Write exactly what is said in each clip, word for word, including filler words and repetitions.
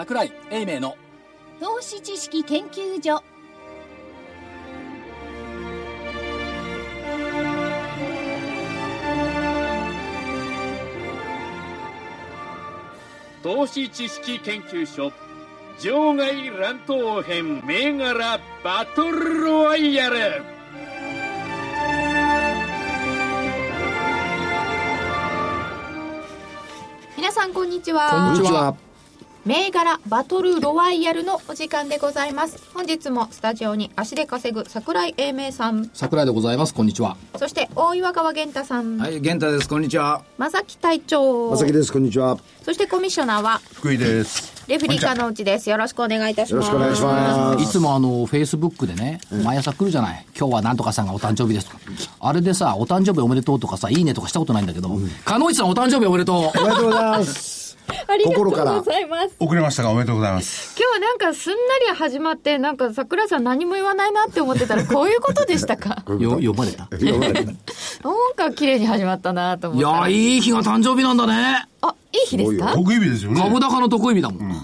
櫻井英明の投資知識研究所。 投資知識研究所場外乱闘編銘柄バトルロワイヤル。 皆さんこんにちは。 こんにちは。 銘柄バトルロワイヤルのお時間でございます。本日もスタジオに足で稼ぐ櫻井英明さん、 桜井でございます。こんにちは。 そして大岩川源太さん、 はい、源太です。こんにちは。 正木隊長、 正木です。こんにちは。 そしてコミッショナーは福井です。 レフリー課の内です。よろしくお願いいたします。 よろしくお願いします。 いつもあのフェイスブックでね、毎朝来るじゃない、今日はなんとかさんがお誕生日ですとか、あれでさ、お誕生日おめでとうとかさ、いいねとかしたことないんだけど、鹿野内さんお誕生日おめでとう。 おめでとうございますありがとうございます。 遅れましたがおめでとうございます。 今日なんかすんなり始まって、なんか桜井さん何も言わないなって思ってたらこういうことでしたか。 よ読まれた読まれたなんか綺麗に始まったなと思ったら、 いや、いい日が誕生日なんだね。 あ、いい日ですか。 得意日ですよね。 株高の得意日だもん、うん、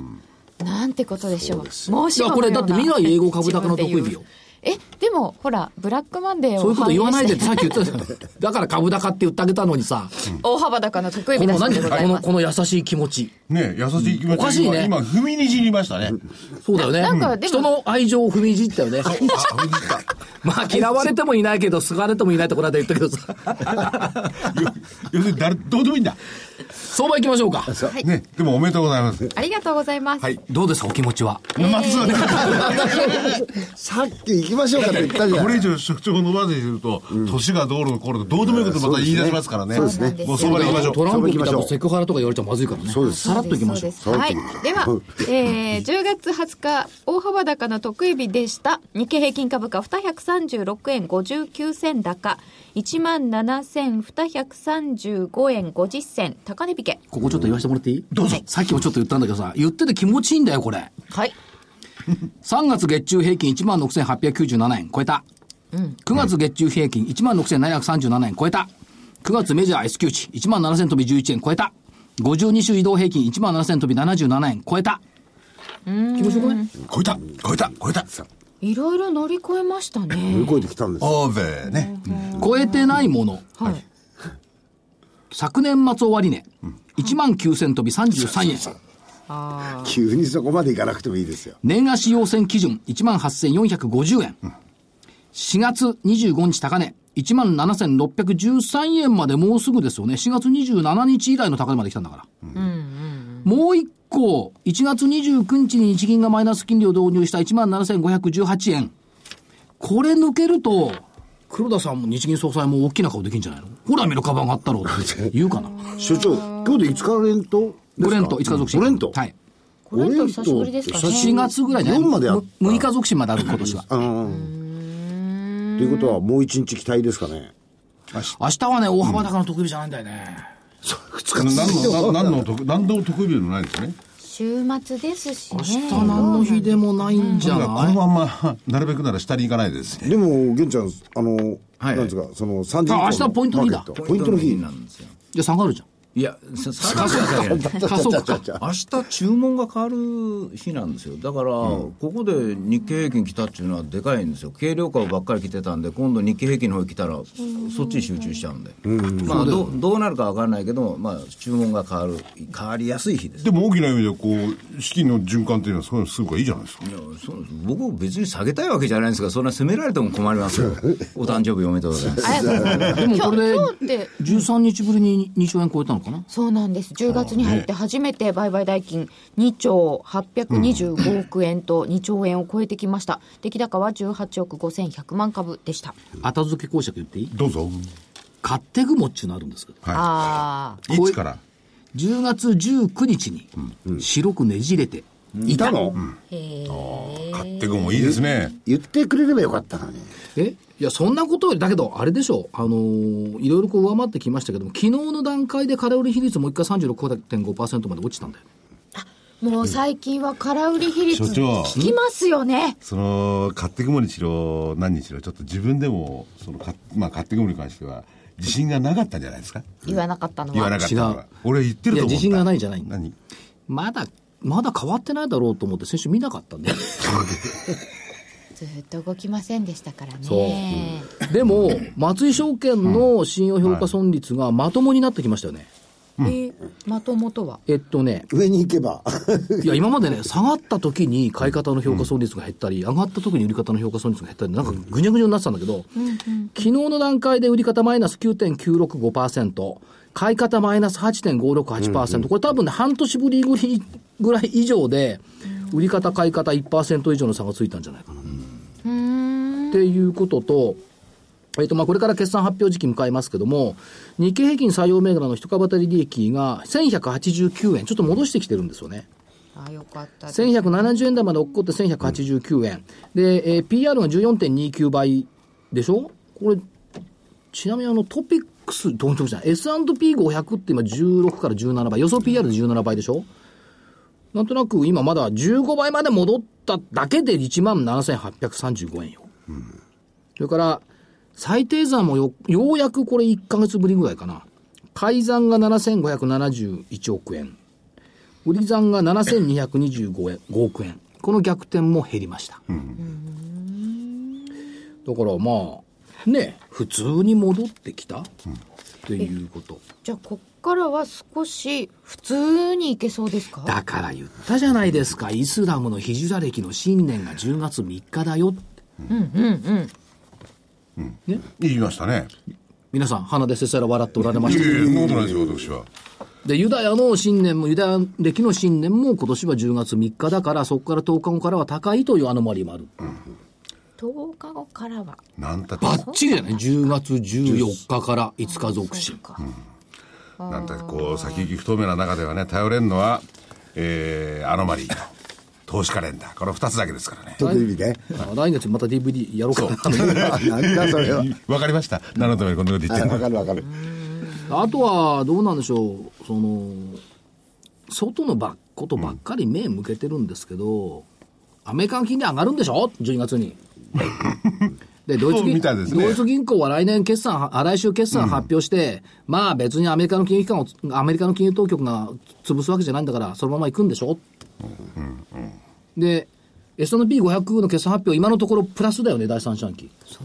なんてことでしょう。申しいやこれだって未来英語株高の得意日よ。 え、でもほらブラックマンデーをそういうこと言わないでってさっき言ったじゃん。だから株高って言ってあげたのにさ、 うん、大幅高の得意日だしでございます。 このこの優しい気持ちね、優しい気持ち、 おかしいね。 今踏みにじりましたね。 そうだよね。 なんかでも人の愛情を踏みにじったよね。まあ嫌われてもいないけど好かれてもいないところで言ったけどさ。 要するに誰どうでもいいんだ。 相場行きましょうか。 はい、 ね、でもおめでとうございます。 ありがとうございます。はい、 どうですかお気持ちは。 えー、 まずさっき行きましょうかって言ったじゃん。 これ以上主張を伸ばしていると、うん、年がどうのこうのどうでもいいことまた言い出しますからね。 そうですね。 もう相場に行きましょう。 トランプ来たらセクハラとか言われちゃまずいからね。 そうです。 さらっと行きましょう。 はい。では、えー、じゅうがつはつか大幅高の得意日でした。日経平均株価にひゃくさんじゅうろくえんごじゅうきゅうせん高 いちまんななせんにひゃくさんじゅうごえんごじゅっせん高値引け。 ここちょっと言わせてもらっていい？ どうぞ。 さっきもちょっと言ったんだけどさ、言ってて気持ちいいんだよこれ。 はい。 さんがつ月中平均 いちまんろくせんはっぴゃくきゅうじゅうななえん超えた、うん、くがつ月中平均 いちまんろくせんななひゃくさんじゅうななえん超えた、くがつメジャー S q 値 いちまんななせん飛びじゅういちえん超えた、ごじゅうに週移動平均 いちまんななせん飛びななじゅうななえん超えた。 うーん、 気持ちよくない？ 超えた超えた超えた。 いろいろ乗り越えましたね。 乗り越えてきたんです。 オーベーね、 うん、超えてないもの、 はい、 昨年末終値、うん、いちまんきゅうせん飛びさんじゅうさんえん。 あ、急にそこまでいかなくてもいいですよ。 年足要線基準 いちまんはっせんよんひゃくごじゅうえん、うん、しがつにじゅうごにち高値 いちまんななせんろっぴゃくじゅうさんえんまでもうすぐですよね。しがつにじゅうしちにち以来の高値まで来たんだから、うんうんうん、もう一個いちがつにじゅうくにちに日銀がマイナス金利を導入した いちまんななせんごひゃくじゅうはちえん、これ抜けると黒田さんも日銀総裁も大きな顔できるんじゃないの。ほら見ろカバンがあったろうって言うかな。 所長、今日でいつか連投ご連投、いつか続伸。 ご連投、 はい。 ご連投久しぶりですかね。 しがつぐらいじゃない。 よんまであった。 むいか続伸まである今年は。 うん。ということはもういちにち期待ですかね。 明日はね大幅高の得意日じゃないんだよね。 ふつか何の何の得何の得意日でもないですね。 週末ですしね。 明日何の日でもないんじゃない。 このままなるべくなら下に行かないですね。 でも玄ちゃん、あの、はい、なんですか、そのさんじ以降の明日ポイントの日だ。 ポイントの日なんですよ。 じゃあ下がるじゃん。 いや、下がる加速か。 明日注文が変わる日なんですよ。だから、うん、ここで日経平均来たっていうのはでかいんですよ。軽量株ばっかり来てたんで、今度日経平均の方に来たら、そっちに集中しちゃうんで。うんまあど、どうなるか分からないけど、まあ、注文が変わる、変わりやすい日です。 でも大きな意味で、こう、資金の循環っていうのは、そういうのすごくいいじゃないですか。いやそう僕、別に下げたいわけじゃないんですが、そんな責められても困りますよ。お誕生日おめでとうございます。 でもこれで、じゅうさんにちぶりににちょうえん超えたのかな。 そうなんです。じゅうがつに入って初めて売買代金にちょうはっぴゃくにじゅうごおくえんとにちょうえんを超えてきました。出来高はじゅうはちおくごせんひゃくまんかぶでした。 後付け公爵言っていい？ どうぞ。 勝手雲っていうのあるんですけど、 はい、 ああいつからじゅうがつじゅうくにちに白くねじれていたの、 うん、へー勝手雲いいですね。 言ってくれればよかったのに。 えいやそんなことよりだけどあれでしょう、あのー、いろいろこう上回ってきましたけども、昨日の段階で空売り比率もう一回 さんじゅうろくてんごパーセント まで落ちたんだよ。 もう最近は空売り比率効きますよね。 その勝手雲にしろ何にしろちょっと自分でもそのか、まあ、勝手雲に関しては自信がなかったんじゃないですか。 言わなかったのは言わなかったのは俺言ってると思った。 いや自信がないじゃない。 何まだまだ変わってないだろうと思って先週見なかったんでずっと動きませんでしたからね。 そう、うん、でも松井証券の信用評価損率がまともになってきましたよね、 うん、えー、まともとはえっとね上に行けばいや今までね下がった時に買い方の評価損率が減ったり、うん、上がった時に売り方の評価損率が減ったりなんかぐにゃぐにゃになってたんだけど、うんうん、昨日の段階で売り方マイナス きゅうてんきゅうろくごパーセント、買い方マイナス はちてんごろくはちパーセント、うんうん、これ多分ね半年ぶりぐらい以上で売り方買い方 いちパーセント 以上の差がついたんじゃないかな、うん、っていうことと、えーとまあ、これから決算発表時期迎えますけども、日経平均採用銘柄の一株当たり利益がせんひゃくはちじゅうきゅうえん、ちょっと戻してきてるんですよね。 あ、よかったです。 せんひゃくななじゅうえん台まで落っこってせんひゃくはちじゅうきゅうえん、うん、で、えー、ピーアール が じゅうよんてんにきゅう 倍でしょ。これちなみにあのトピックスどうじゃない エスアンドピーごひゃく って今じゅうろくからじゅうななばい、予想 ピーアール でじゅうななばいでしょ。なんとなく今まだじゅうごばいまで戻っただけで いちまんななせんはっぴゃくさんじゅうごえんよ、うん、それから最低残も よ, ようやくこれいっかげつぶりぐらいかな。改ざんがななせんごひゃくななじゅういちおくえん、売り残がななせんにひゃくにじゅうごおくえん、この逆転も減りました、うん、だからまあね普通に戻ってきた、うん、っていうこと。 じゃあこっからは少し普通にいけそうですか。 だから言ったじゃないですか、イスラムのヒジュラ歴の新年がじゅうがつみっかだよって、うんうんうんうん、ね、言いましたね。 皆さん鼻でせせら笑っておられましたけど、 いやいやそんなことないですよ私は。 でユダヤの新年もユダヤ歴の新年も今年はじゅうがつみっかだから、そこからとおかごからは高いというアノマリーもある、うん、 とおかごからはなんたってバッチリだね。じゅうがつじゅうよっかからいつか続伸、 うん、なんたってこう先行き不透明な中ではね頼れるのは、えー、アノマリーと投資カレンダー、このふたつだけですからね。 来月また ディーブイディー やろうかな。なんだそれは。 わかりました。何のためにこんなこと言ってるの。 わかるわかる。 あとはどうなんでしょう、その外のばことばっかり目向けてるんですけど、うん、アメリカの金利上がるんでしょじゅうにがつに。でドイツ銀、ね、ドイツ銀行は来年決算、来週決算発表して、うん、まあ別にアメリカの金融機関をアメリカの金融当局が潰すわけじゃないんだからそのまま行くんでしょ。うんうん、で エスアンドピーごひゃく の決算発表今のところプラスだよね、第三四半期。 そう、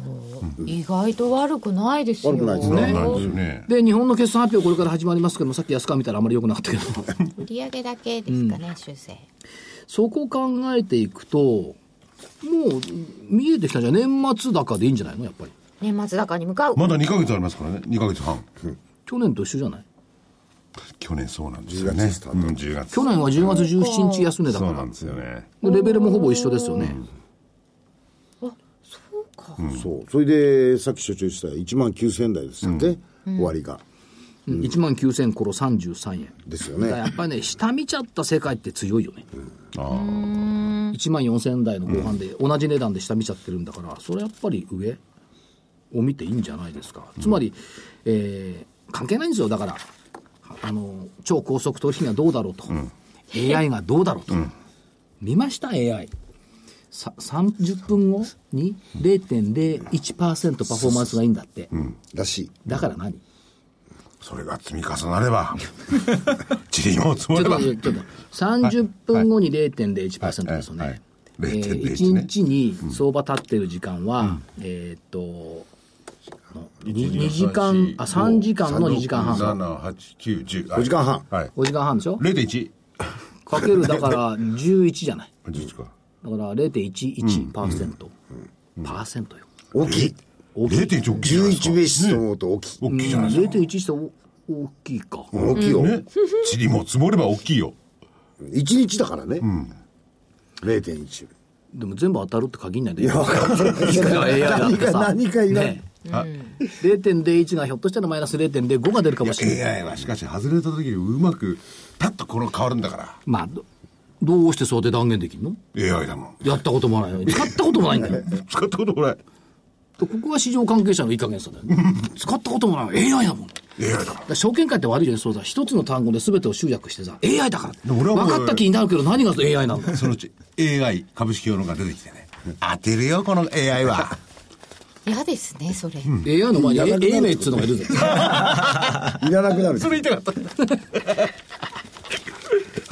うん、意外と悪くないですよ。 悪くないですね。 で日本の決算発表これから始まりますけども、さっき安川見たらあんまり良くなかったけど売上だけですかね、うん、修正。 そこを考えていくともう見えてきたじゃん。年末高でいいんじゃないの。やっぱり年末高に向かう。 まだにかげつありますからね。にかげつはん、うん、 去年と一緒じゃない。 去年そうなんですよね。じゅうがつ、うん、じゅうがつ去年はじゅうがつじゅうしちにち安値だから。 そうなんですよね。 レベルもほぼ一緒ですよね、 うん、あ、そうか、 うん、そう。それでさっき所長言ってたいちまんきゅうせん台でしたっけ、うん、終わりが、 うん、いちまんきゅうせんころさんじゅうさんえんですよね。 やっぱりね下見ちゃった世界って強いよね、うん、あいちまんよんせん台の後半で同じ値段で下見ちゃってるんだから、それやっぱり上を見ていいんじゃないですか。つまり、えー、関係ないんですよ。だからあの超高速取引がどうだろうと、うん、エーアイ がどうだろうと、うん、見ました エーアイ ささんじゅっぷんごに れいてんれいいちパーセント パフォーマンスがいいんだって、 うん、らしい。 だから何、 それが積み重なれば塵も積もればちょっとさんじゅっぷんごに れいてんれいいちパーセント ですよね、はいはいはい、えー、いちにちに相場立ってる時間は、うん、えー、っとにじかん、あ、さんじかんのにじかんはん。 なな、はち、きゅう、じゅう。 ごじかんはん。 はい。 ごじかんはんでしょ ?れいてんいち。かけるだからじゅういちじゃない。 じゅういちか。 だから れいてんいちいちパーセント。うん、パーセントよ。 大きい。 大きい。れいてんいち 大きい。 じゅういちベースと思うと大きい。 大きいじゃないですか。 れいてんいちして大きいか。 大きいよ。 ね。塵も積もれば大きいよ。 いちにちだからね。うん。れいてんいち。 でも全部当たるって限んないで。 いや、分かんない。何か、何か言わない。 うん、れいてんれいいち がひょっとしたらマイナス れいてんれいご が出るかもしれない。 エーアイ はしかし外れた時にうまくパッとこの変わるんだから。 まあ ど, どうしてそうやって断言できるの。 エーアイ だもん。 やったこともないのに使ったこともないんだよ使ったこともない。 ここは市場関係者のいい加減さだよね使ったこともない エーアイ だもん。 エーアイ だから。 証券会って悪いよね。そうだ、一つの単語で全てを集約してさ エーアイ だから分かった気になるけど何が エーアイ なんだ。 そのうち エーアイ 株式評論が出てきてね当てるよこの エーアイ は嫌ですねそれ、 うん、エーアイ の前に 英明っつうのがいるぜいらなくなる。 それ言いたかった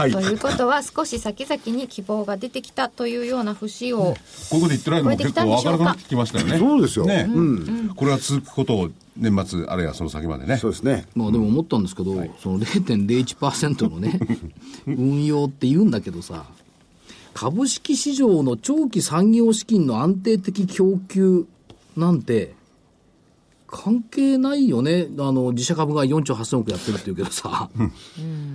はい。 ということは少し先々に希望が出てきたというような節を、 こういうこと言ってないのも結構分からなくなってきましたよね。 そうですよ。 ね、うん、これは続くことを年末あるいはその先までね。 そうですね。 まあでも思ったんですけど、はい、その ゼロてんゼロいちパーセント のね運用って言うんだけどさ、株式市場の長期産業資金の安定的供給なんて関係ないよね。あの自社株がよんちょうはっせんおくやってるっていうけどさ、うん、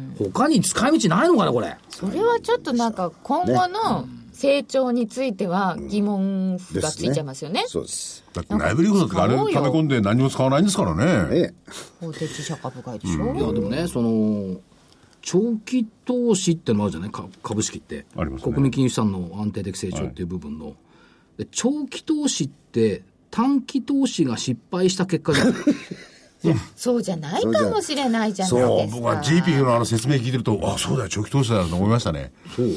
他に使い道ないのかなこれ。 それはちょっとなんか今後の成長については疑問符がついちゃいますよね。うん、 そうです。 だって内部留保だってあれ溜め込んで何も使わないんですからね。 ね、 大手自社株買いでしょ。 うん、いやでもね、その長期投資ってのもあるじゃない、株式ってあります、ね、国民金融資産の安定的成長っていう部分の、はい、で長期投資って短期投資が失敗した結果じゃないいやそうじゃないかもしれないじゃないですか。 僕は ジーピー のあの説明聞いてると、あそうだよ長期投資だよと思いましたね。そう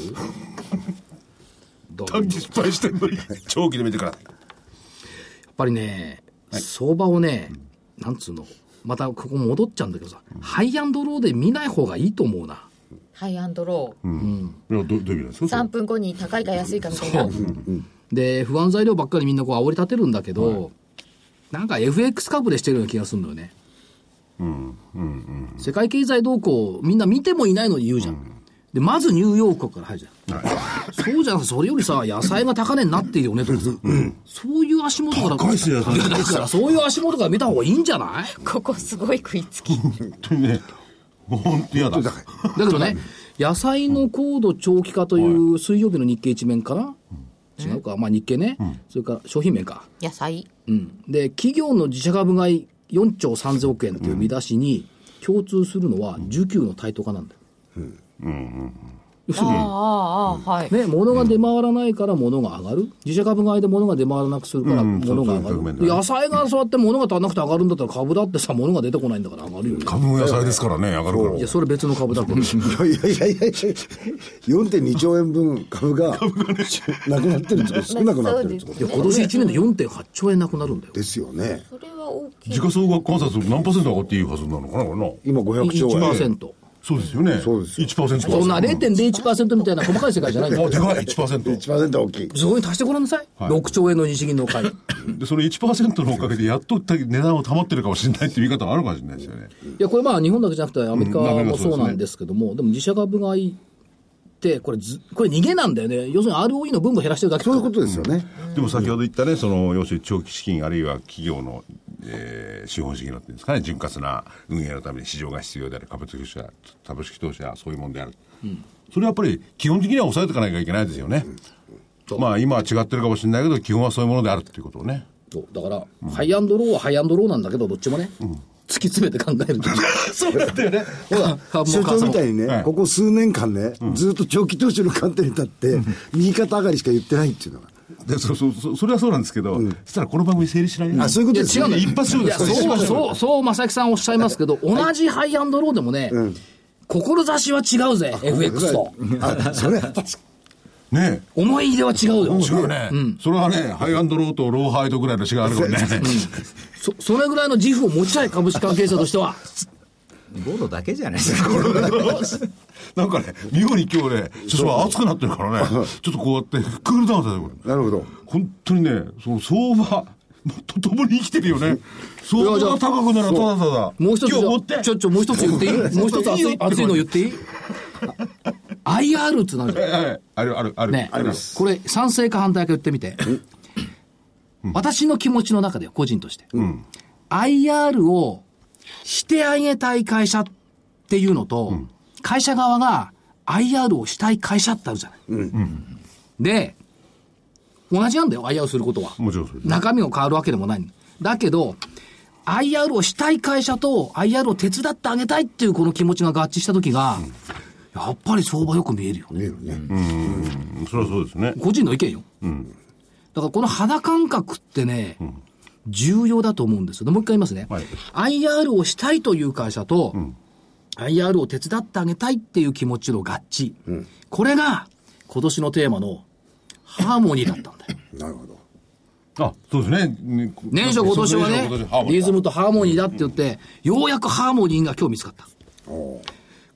短期失敗してんのに長期で見てからやっぱりね、はい、相場をね、うん、なんつうのまたここ戻っちゃうんだけどさ、うん、ハイアンドローで見ない方がいいと思うな。 ハイアンドロー、 うんうん、いや ど, どういう意味なんですか。さんぷんごに高いか安いかみたいな、うん、 で不安材料ばっかりみんなこう煽り立てるんだけど、はい、なんか エフエックス 株でしてるような気がするんだよね、うんうんうん、世界経済動向みんな見てもいないのに言うじゃん、うん、でまずニューヨークから入るじゃん、はい、そうじゃなくてそれよりさ野菜が高値になっているよねとかさ、うん、そういう足元から高いっすよだからそういう足元から見た方がいいんじゃない。 ここすごい食いつき本当にね本当嫌だ。だけどね野菜の高度長期化という水曜日の日経一面かな、うん、違うか、まあ、日経ね、うん、それから商品面か野菜、 うん、で企業の自社株買いよんちょうさんぜんおくえんという見出しに共通するのは需給の対等化なんだよ、うんうんうん要するに、ああ、はい。ね、物が出回らないから物が上がる。自社株買いで物が出回らなくするから物が上がる。うん、野菜がそうやって物が足らなくて上がるんだったら株だってさ、物が出てこないんだから上がるよね。 株も野菜ですからね、上がるから。 いや、それ別の株だけど。いやいやいやいやいや、よんてんにちょうえんぶん株がなくなってるってこと、少なくなってるってこと。 いや、今年いちねんで よんてんはちちょうえんなくなるんだよ。 ですよね。 それは大きい。 時価総額観察何パーセント上がっていいはずなのかな、これな。 今ごひゃくちょうえん。 いちパーセント。 そうですよね。 そうですよ。 いちパーセント。 そんな ゼロてんゼロいちパーセント みたいな細かい世界じゃないんだよ。 でかい、いちパーセント。 いちパーセント 大きい。 そこに足してごらんなさい。はい、ろくちょうえんの日銀の買い。 で、その いちパーセント のおかげでやっと値段を保ってるかもしれないっていう言い方があるかもしれないですよね。 いや、これまあ日本だけじゃなくてアメリカもそうなんですけども、うん、でも自社株買いってこれず、これ逃げなんだよね。要するに アールオーイー の分母減らしてるだけ。 そういうことですよね。 うん、でも先ほど言ったね、その、要するに長期資金あるいは企業の、えー、資本主義のっていうんですかね、潤滑な運営のために市場が必要である株式投資や、株式投資はそういうものである。うん、それはやっぱり基本的には抑えていかなきゃいけないですよね。うん、まあ今は違ってるかもしれないけど、基本はそういうものであるっていうことをね。 そうだから、うん、ハイアンドローはハイアンドローなんだけど、どっちもね。うん突き詰めて考えるとそうだったよね。 ほら所長みたいにね、はい、ここ数年間ね、うん、ずっと長期投資の観点に立って、うん、右肩上がりしか言ってないっていうのがで そ, そ, そ, それはそうなんですけど、うん、そしたらこの番組成立しない、 あそういうことですよね。一発勝負ですそうそうそう正木さんおっしゃいますけど、はい、同じハイアンドローでもね、うん、志は違うぜ エフエックス とあそれは確かね、 思い入れは違うよ。 違うね、うん、それはねハイアンドローとローハイドぐらいの違いあるからね、うん、 そ, それぐらいの自負を持ちたい株式関係者としてはゴロだけじゃないですかなんかね妙に今日ね所長は熱くなってるからねちょっとこうやってクールダウンさせてなるほど本当にねその相場とともに生きてるよね。相場が高くならただただもう一つ今日持ってちょちょもう一つ言っていいもう一つ熱い熱いの言っていいアイアール って何ですか、はいはい、 あるあるある、 ね、あります。これ賛成か反対か言ってみて、うん、私の気持ちの中では個人として、うん、アイアール をしてあげたい会社っていうのと、うん、会社側が アイアール をしたい会社ってあるじゃない、うん、で同じなんだよ アイアール することはもちろんそうです、ね、 中身が変わるわけでもないだけど アイアール をしたい会社と アイアール を手伝ってあげたいっていうこの気持ちが合致した時が、うんやっぱり相場よく見えるよね。見えるね。 うん。それはそうですね。 個人の意見よ。うん。だからこの肌感覚ってね、うん、重要だと思うんですよ。もう一回言いますね。はい、アイアール をしたいという会社と、うん、アイアール を手伝ってあげたいっていう気持ちの合致。うん、これが今年のテーマのハーモニーだったんだよ。 なるほど。あ、そうですね。 年初今年はね、リズムとハーモニーだって言って、ようやくハーモニーが今日見つかった。お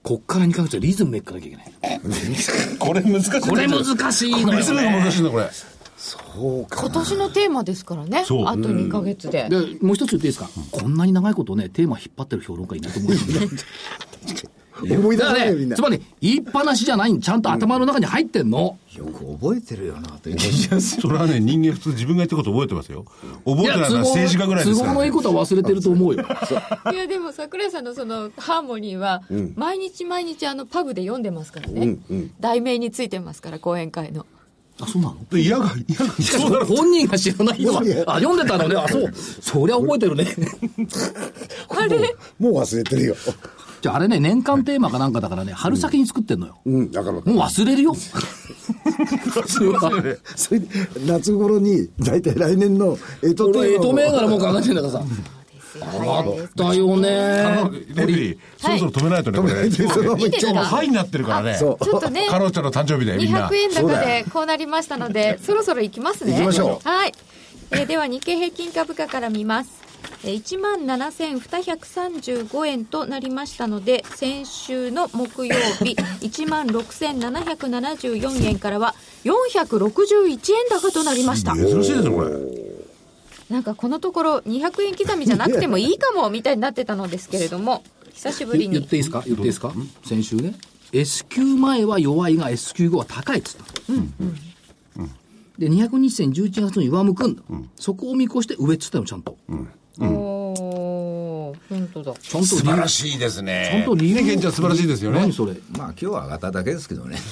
こっからにかげつリズムめっかなきゃいけないこれ難しい。 これ難しいのよ、ね、 リズムが難しいんだこれ。 そうか今年のテーマですからね。 そうあとにかげつで。 でもう一つ言っていいですか、こんなに長いことねテーマ引っ張ってる評論家いないと思うんですよ思い出だからさないよみんな。 ねつまり言いっぱなしじゃないんちゃんと頭の中に入ってんの、 よく覚えてるよなという気がしますそれはね、人間普通自分が言ったこと覚えてますよ。覚えてないのは政治家ぐらいですから、ね。 都合のいいことは忘れてると思うよいやでも桜井さんのそのハーモニーは毎日毎日あのパブで読んでますからね、 うんうん題名についてますから講演会の。 あそうなの。 で嫌が嫌がしかし本人が知らないのはあ読んでたのね。あそうそりゃ覚えてるねあれもう忘れてるよ。 じゃああれね年間テーマかなんかだからね春先に作ってんのよ、 うん、だから。 もう忘れるよそれで、夏頃に、だいたい来年の干支テ俺ーマを江戸銘柄も考えてんだからさあったよねレビー、そろそろ止めないとね、これ。 いいですか。 今日ハイになってるからね。 そうちょっとねカロちゃんの誕生日でみんな。 にひゃくえん高でこうなりましたのでそろそろ行きますね。 行きましょう。はい、えーでは日経平均株価から見ます。えーいちまんななせんにひゃくさんじゅうごえんとなりましたので先週の木曜日いちまんろくせんななひゃくななじゅうよんえんからはよんひゃくろくじゅういちえん高となりました。 珍しいですね、これ。 なんかこのところにひゃくえん刻みじゃなくてもいいかもみたいになってたのですけれども久しぶりに言っていいですか言っていいですか先週ね S q 前は弱いが S q 後は高いっつった、うんうん、でにひゃくにち線じゅういちがつの弱むくんだ、うん、そこを見越して上っつったよちゃんと、うんうん、おー本当だちゃんと素晴らしいですね。 ちゃんと理由ね、現地は素晴らしいですよね。 何それまあ今日は上がっただけですけどね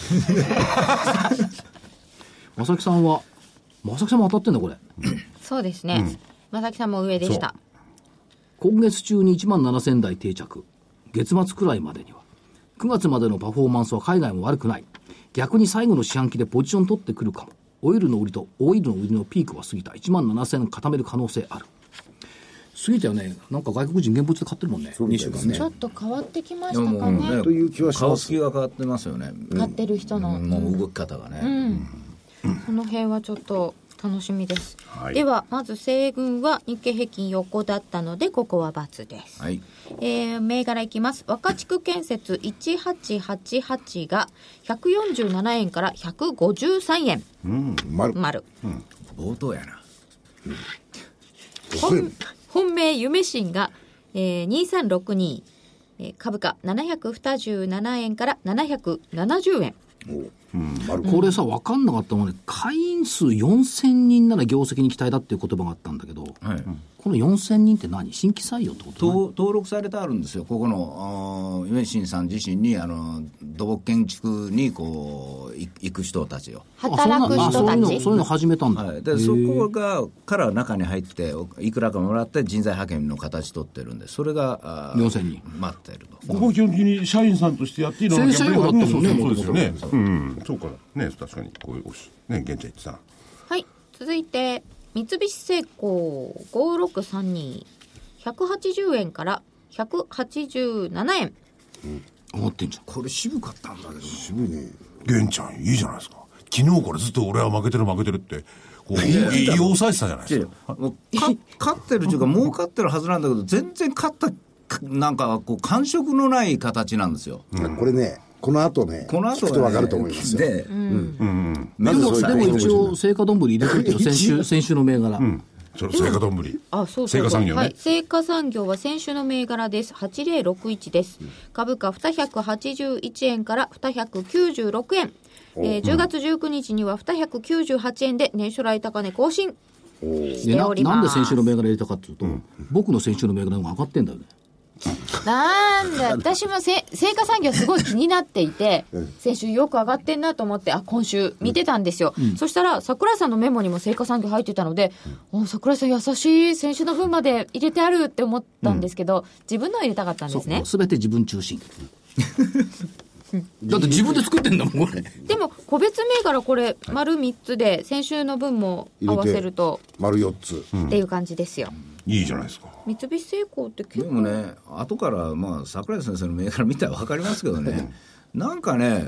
正木さんは正木さんも当たってんだこれそうですね、うん、正木さんも上でした。 今月中にいちまんななせん台定着月末くらいまでにはくがつまでのパフォーマンスは海外も悪くない逆に最後の四半期でポジション取ってくるかもオイルの売りとオイルの売りのピークは過ぎたいちまんななせん固める可能性ある過ぎたよね。なんか外国人現物で買ってるもんね。にしゅうかんねちょっと変わってきましたかね。 ねという気はします顔つきが変わってますよね、 買ってる人の、 うん、もう動き方がね、 うんうん、その辺はちょっと楽しみです、 はい、 ではまず西軍は日経平均横だったのでここは×です、 はいえー、銘柄いきます。若竹建設いちはちはちはちがひゃくよんじゅうななえんからひゃくごじゅうさんえん、 うん、丸丸、 うん、冒頭やな、 うん、本, 本命夢新が、えー、にさんろくに、えー、株価ななひゃくにじゅうななえんからななひゃくななじゅうえん。 うん、これさ分かんなかったもんね。会員数よんせんにんなら業績に期待だっていう言葉があったんだけど、はい、このよんせんにんって何新規採用ってこと？ 登録されてあるんですよ。ここの夢新さん自身にあの土木建築にこう行く人たちを働く人たち、 そういうのそういうの始めたんだ、 はい、でそこがから中に入っていくらかもらって人材派遣の形取ってるんでそれがよんせんにん待ってると。 ここ基本的に社員さんとしてやっていろんな正社員だったもんね。 そうですよね。うん、そうかね、確かにこういうね現地行ってた。 はい、続いて三菱製鋼ごろくさんにひゃくはちじゅうえんからひゃくはちじゅうななえん、 うん、上がってんじゃん。 これ渋かったんだけど渋いね。 玄ちゃんいいじゃないですか。昨日からずっと俺は負けてる負けてるってこう言い抑えてたじゃないですか。 もうか勝ってるというか儲かってるはずなんだけど全然勝ったなんかこう感触のない形なんですよ、 うん、これねこの後ねこの後、ね、 聞くと分かると思いますよ。 で、うんうんうん、でもでも一応成果丼入れてるけど先週先週の銘柄、うん、 それ成果丼あそうそうそう、 成果産業ね、 はい、成果産業は先週の銘柄です。はちぜろろくいちです、うん、株価にひゃくはちじゅういちえんからにひゃくきゅうじゅうろくえん、えー、じゅうがつじゅうくにちにはにひゃくきゅうじゅうはちえんで年初来高値更新しております。 な, なんで先週の銘柄入れたかっていうと、うん、僕の先週の銘柄の方が上がってんだよね。 なんで私もせ成果産業すごい気になっていて先週よく上がってんなと思ってあ今週見てたんですよ、うん、そしたら桜井さんのメモにも成果産業入ってたので、うん、お桜井さん優しい先週の分まで入れてあるって思ったんですけど、うん、自分の入れたかったんですね。 すべて自分中心だって自分で作ってんだもんこれ。 でも個別銘柄これ丸みっつで先週の分も合わせると丸よっつっていう感じですよ、 うん、いいじゃないですか。 三菱製鋼って結構でもね後からまあ桜井先生の銘柄見たら分かりますけどねなんかね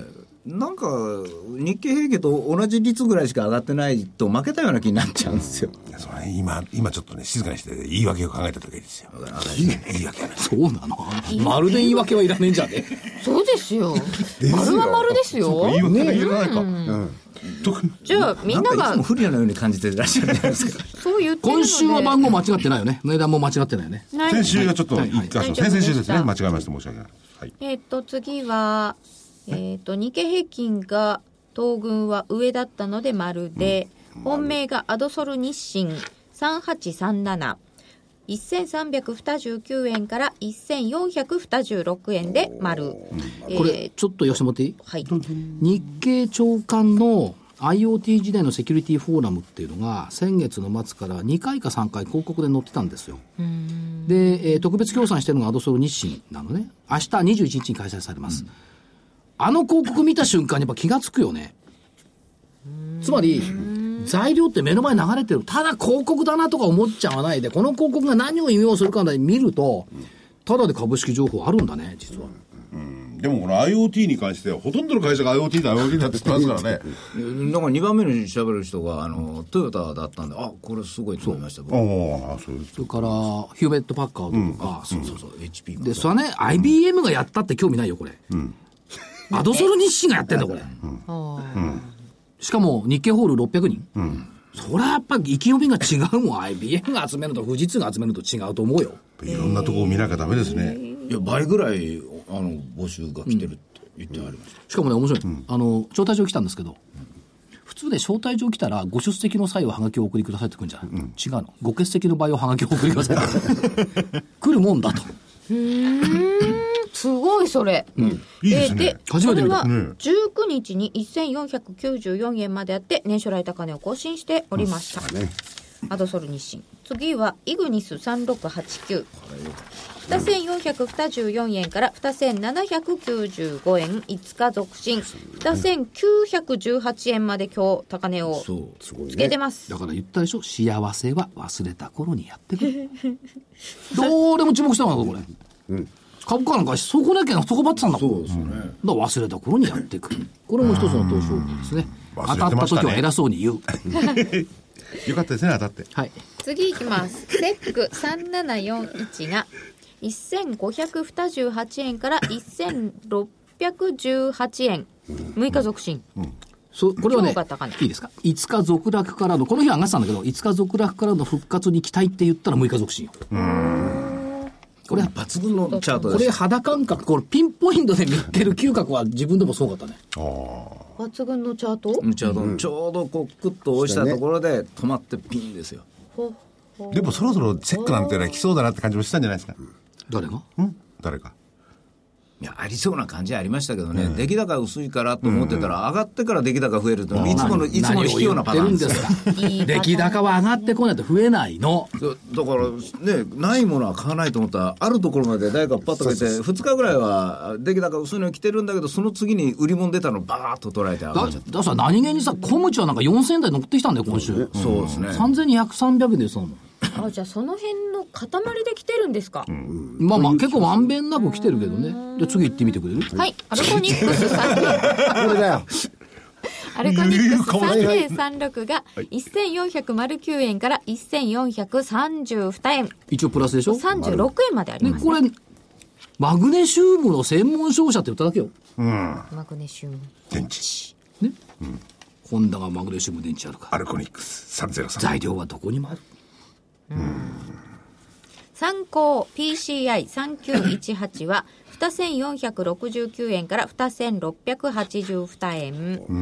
なんか日経平均と同じ率ぐらいしか上がってないと負けたような気になっちゃうんですよ。 それ今今ちょっとね静かにして言い訳を考えた時ですよ。言い訳はそうなのまるで言い訳はいらねえんじゃねそうですよ。丸は丸ですよ。 言い訳はいらないか、うんうん、 じゃあみんながなんかいつも不利なように感じていらっしゃるじゃないですか。 そう言ってるので今週は番号間違ってないよね。値段も間違ってないよね。 先週がちょっと、はいはい、先々週ですね。間違えまして申し訳ない、はい、 えー、っと次は、えー、っと日経平均が東軍は上だったので丸で、うん、本命がアドソル日清さんはちさんなな、せんさんびゃくにじゅうきゅうえんからせんよんひゃくにじゅうろくえんで丸、えー、 これちょっと言わせてもらっていい、 はい、 日経長官の アイオーティー 時代のセキュリティフォーラムっていうのが先月の末からにかいかさんかい広告で載ってたんですよ。で、えー、特別協賛してるのがアドソル日清なのね。明日にじゅういちにちに開催されます、うん、あの広告見た瞬間にやっぱ気がつくよね。つまり材料って目の前に流れてる、ただ広告だなとか思っちゃわないで、この広告が何を意味するかで見ると、ただで株式情報あるんだね実は。 うん、でもこの IoT に関してはほとんどの会社が IoT だ IoT だって言ってますからね。 なんかにばんめに調べる人があのトヨタだったんで、あこれすごいと思いました。 そうあそうそれからヒューベットパッカードとか、 うん、そうそうそう エイチピーでそれはね アイビーエム がやったって興味ないよこれ、うん、アドソル日清がやってんだこれ、うんうん、しかも日経ホールろっぴゃくにん、うん、それはやっぱり意気込みが違うもん。 アイビーエム が集めると富士通が集めると違うと思うよ。 いろんなところを見なきゃダメですね。 いや倍ぐらいあの募集が来てるって言ってありました、 うん、しかもね面白い、うん、あの招待状来たんですけど、うん、普通で招待状来たらご出席の際はハガキをお送りくださいって来るんじゃない、うん、違うの、ご欠席の場合はハガキをお送りください来るもんだと。 うーんすごいそれ、うん、 いいですね。 で初めて見た。 これはじゅうくにちにせんよんひゃくきゅうじゅうよんえんまであって年初来高値を更新しておりました、うんね、アドソル日清。次はイグニスさんろくはちきゅう、にせんよんひゃくにじゅうよんえんからにせんななひゃくきゅうじゅうごえん、いつか続伸、にせんきゅうひゃくじゅうはちえんまで今日高値をつけてます。 だから言ったでしょ、幸せは忘れた頃にやってくるどうでも注目したのかこれ、うん、株価なんかそこだけがそこばってたんだもん。そうですね。だから忘れた頃にやってくる。これも一つの投資方法ですね。当たった時は偉そうに言うよかったですね当たって、 はい、次いきます。セックさんななよんいちがせんごひゃくにじゅうはちえんからせんろっぴゃくじゅうはちえん、むいか続伸、うんうん、 そこれはねいいですか、いつか続落からのこの日は上がってたんだけど、いつか続落からの復活に期待って言ったらむいか続伸よ。うーん、これは抜群のチャートです。これ肌感覚、これピンポイントで見てる嗅覚は自分でもすごかったね。ああ、抜群のチャート、 チャート、うん、ちょうどこうクッと押したところで止まってピンですよ。 でもそろそろチェックなんてのは来そうだなって感じもしたんじゃないですか。 誰が？ ん？誰か。 いやありそうな感じはありましたけどね、うん、出来高薄いからと思ってたら、うん、上がってから出来高増えると、うん、いつものいつもの卑怯なパターンですか出来高は上がってこないと増えないの。 だからね、ないものは買わないと思ったらあるところまで誰かパッと出てふつかぐらいは出来高薄いの来てるんだけど、その次に売り物出たのバーッと捉えて上がっちゃった。 だからさ、何気にさコムチはなんかよんせんえん台乗ってきたんだよ今週、 うん、そうですね、 さんぜんにひゃく、さんびゃくえんで言ってたもん。 あ、じゃあその辺の塊で来てるんですか、うん、 まあまあ結構まんべんなく来てるけどね。じゃあ次行ってみてくれる？ はい、アルコニックスさんこれだよアルコニックスさんぜんさんじゅうろくがせんよんひゃくきゅうえんからせんよんひゃくさんじゅうにえん、 一応プラスでしょ。 さんじゅうろくえんまであります、ね、 これマグネシウムの専門商社って言っただけよ、 うん、 マグネシウム電池ね、うん、ホンダがマグネシウム電池あるから。 アルコニックスさんぜんさん材料はどこにもある。 うん、参考 ピーシーアイさんきゅういちはち はにせんよんひゃくろくじゅうきゅうえんからにせんろっぴゃくはちじゅうにえん、うん、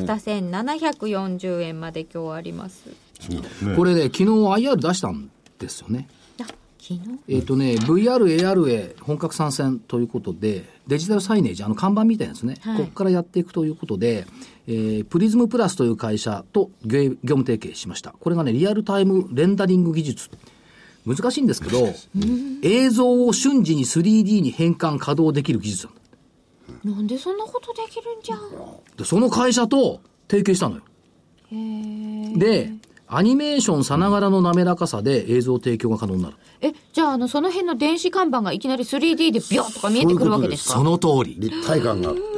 にせんななひゃくよんじゅうえんまで今日あります、 ね、これね昨日 アイアール 出したんですよね。 あ、昨日えっ、ー、とね ブイアール、エーアール へ本格参戦ということで、デジタルサイネージ、あの看板みたいなですね、はい、ここからやっていくということで、えー、プリズムプラスという会社と業務提携しました。これがねリアルタイムレンダリング技術、難しいんですけど映像を瞬時に スリーディー に変換稼働できる技術なんだ。 なんでそんなことできるんじゃん。 でその会社と提携したのよ。へー。でアニメーションさながらの滑らかさで映像提供が可能になる。 え、じゃあ、あのその辺の電子看板がいきなり スリーディー でビョッとか見えてくるわけですか。 その通り。 立体感があって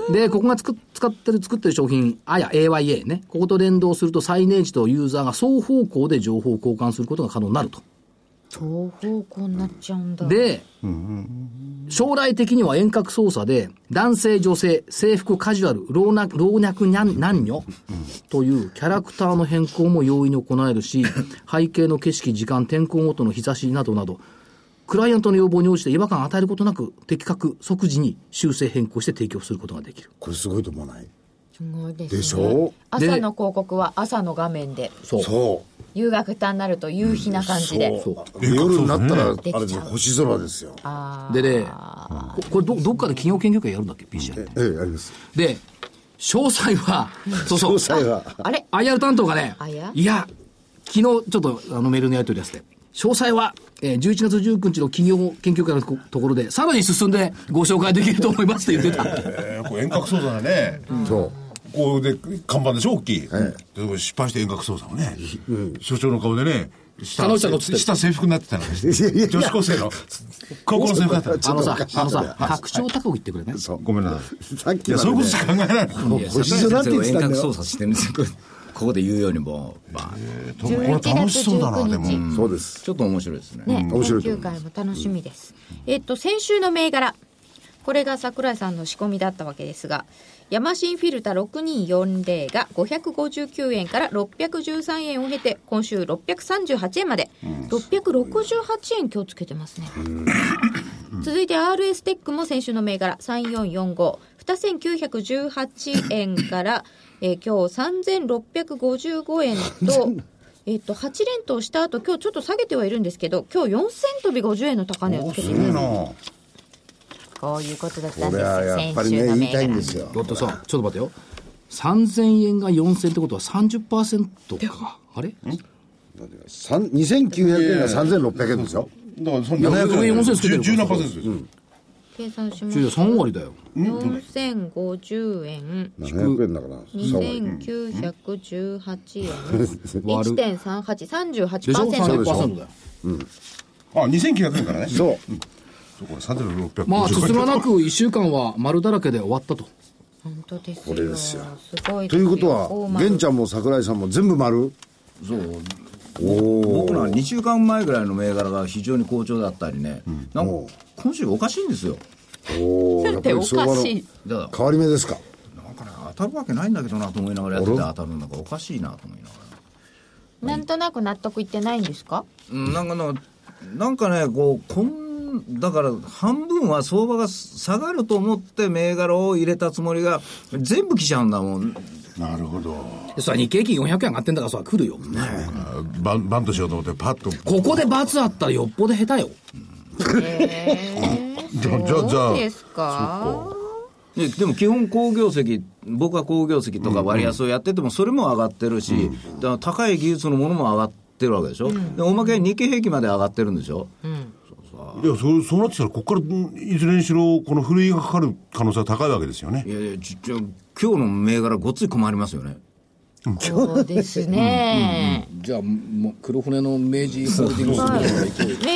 で、ここがつく使ってる、作ってる商品、あや エーワイエー ね。ここと連動すると、サイネージとユーザーが双方向で情報を交換することが可能になると。 双方向になっちゃうんだ。 で、将来的には遠隔操作で、男性、女性、制服、カジュアル、老若、老若男女というキャラクターの変更も容易に行えるし、背景の景色、時間、天候ごとの日差しなどなど、クライアントの要望に応じて違和感を与えることなく、的確、即時に修正変更して提供することができる。 これすごいと思わない？ すごいですね。 でしょ？ 朝の広告は朝の画面で。 そう。 そう。 夕方になると夕日な感じで。 そうで夜になったら、あれですよ、星空ですよ。 でね、ここれど、どっかで企業研究会やるんだっけ ピーシーアイルええ、やります。 で、詳細は、そうそう。 詳細は。 あれアイアール 担当がねあや、 いや、昨日ちょっとあのメールのやり取りやつで、詳細は、えー、じゅういちがつじゅうくにちの企業研究会のところで、さらに進んでご紹介できると思いますって言ってた。 えー、これ遠隔操作だね。 そう。 こうで、看板でしょ、大きい。 はいで失敗して遠隔操作をね、所長の顔でね、下楽しさが映ってる下制服になってたの。女子高生の高校の制服だったの。 あのさ、あのさ、拡張高く言ってくれね。 そう。 ごめんなさい。 さっきいや、そういうことしか考えられない。 先星空って言って遠たんだよ。 隔操作してるんですよ。ここで言うようにもう、バーンこれ楽しそうだな、でも。 そうです。 ちょっと面白いですね。 ね、研面白いと思究会も楽しみです。えっと、先週の銘柄。これが桜井さんの仕込みだったわけですが、ヤマシンフィルタろくにーよんぜろがごひゃくごじゅうきゅうえんからろっぴゃくじゅうさんえんを経て、今週ろっぴゃくさんじゅうはちえんまで、ろっぴゃくろくじゅうはちえん今日つけてますね。続いて アールエス テックも先週の銘柄さんよんよんご、にせんきゅうひゃくじゅうはちえんから、えー、今日さんぜんろっぴゃくごじゅうごえんと、えっと、はち連投した後、今日ちょっと下げてはいるんですけど、今日よんせん飛びごじゅうえんの高値をつけています。こういうことだったんこれはです。 やっぱりね、言いたいんですよ。 だってさ、ちょっと待ってよ。さんぜんえんがよんせんってことは さんじゅっパーセント か。あれにせんきゅうひゃくえんがさんぜんろっぴゃくえんですよ。 だからそいや上よんせんつけてるからじゅうななパーセントですよ。 計算しまいやす。 さん割だよ。 よんせんごじゅうえん、 ななひゃくえんだから。 にせんきゅうひゃくじゅうはちえん、 割るいちてんさんはち、さんじゅうはちでしょパーセント。 さんじゅっパーセント だよ。 あ、にせんきゅうひゃくえんからね。 そう。 そうこれさんぜんろっぴゃくまあ、つつがなくいっしゅうかんは丸だらけで終わったと。 本当ですよ。 これですよすごいということは、玄ちゃんんも桜井さんも全部丸。 そう。 お僕らはにしゅうかんまえぐらいの銘柄が非常に好調だったりね、なんか今週おかしいんですよ。 おお、やっぱり相場のおかしいだから変わり目ですか。 なんかね、当たるわけないんだけどなと思いながらやってて当たるんだからおかしいなと思いながら。 なんとなく納得いってないんですか？ うんなんかななんかねこうこんだから半分は相場が下がると思って銘柄を入れたつもりが全部来ちゃうんだもん。 なるほど。 それ日経平均よんひゃくえん上がってんだからそれは来るよ。 バンバンとしようと思ってパッと。 ここで罰あったらよっぽど下手よ。 えー、 じゃあじゃあじゃあそうですか？ で, でも基本好業績僕は好業績とか割安をやっててもそれも上がってるし、だから高い技術のものも上がってるわけでしょ、うん、でおまけに日経平均まで上がってるんでしょ、うん、 いや そ, そうなってきたらここからいずれにしろこのふるいがかかる可能性は高いわけですよね。 いやいやちょ今日の銘柄ごっつい困りますよね。 そうですね、 うんうん、じゃあもう黒船の明治ホールディングス、 はい、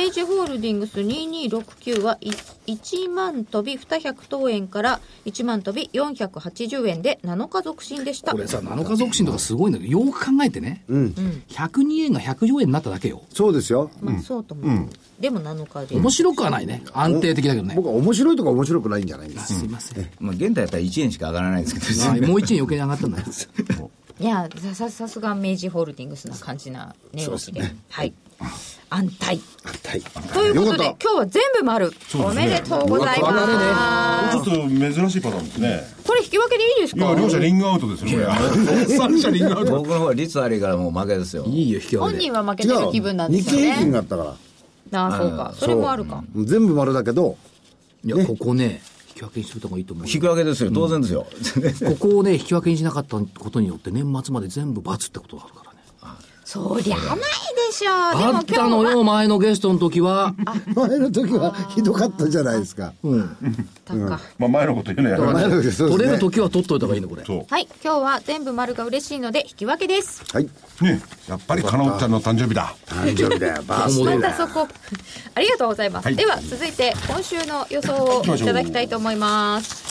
明治ホールディングスににろくきゅうはいちまん飛びにひゃく等円からいちまん飛びよんひゃくはちじゅうえんでなのか続伸でした。 これさなのか続伸とかすごいんだけどよく考えてね、うん、ひゃくにえんがひゃくよんえんになっただけよ。 そうですよ、 まあ、そうとも、うん、でもなのかで面白くはないね。安定的だけどね。 僕は面白いとか面白くないんじゃないんです、 すいません、 まあ、現代やったらいちえんしか上がらないですけど、 まあ、もういちえん余計に上がったんだよいやささすが明治ホールディングスな感じな値動きで、ね、はい安泰安泰ということで今日は全部丸、ね、おめでとうございます。 ちょっと珍しいパターンですね。 これ引き分けでいいですか？ いや両者リングアウトですよこれさん社リングアウト。 僕の方は率ありからもう負けですよ。 いいよ引き分けで。 本人は負けてる気分なんですよね。 日経平均があったから。 ああそうか、それもあるか。 全部丸だけどいや、ね、ここね引き分けにする方がいいと思う。 引き分けですよ当然ですよ、 うん、ここをね引き分けにしなかったことによって年末まで全部罰ってことがあるからね。 そりゃないでしょう。 あったのよ前のゲストの時は前の時はひどかったじゃないですか。うん、うんまあ、前のこと言うねや前の、ね、 取れる時は取っといた方がいいのこれ。 はい今日は全部丸が嬉しいので引き分けです。 はいねやっぱりかなおっちゃんの誕生日だ。 誕生日だよバースデーだ。 またそこありがとうございます、はい、では続いて今週の予想をいただきたいと思います。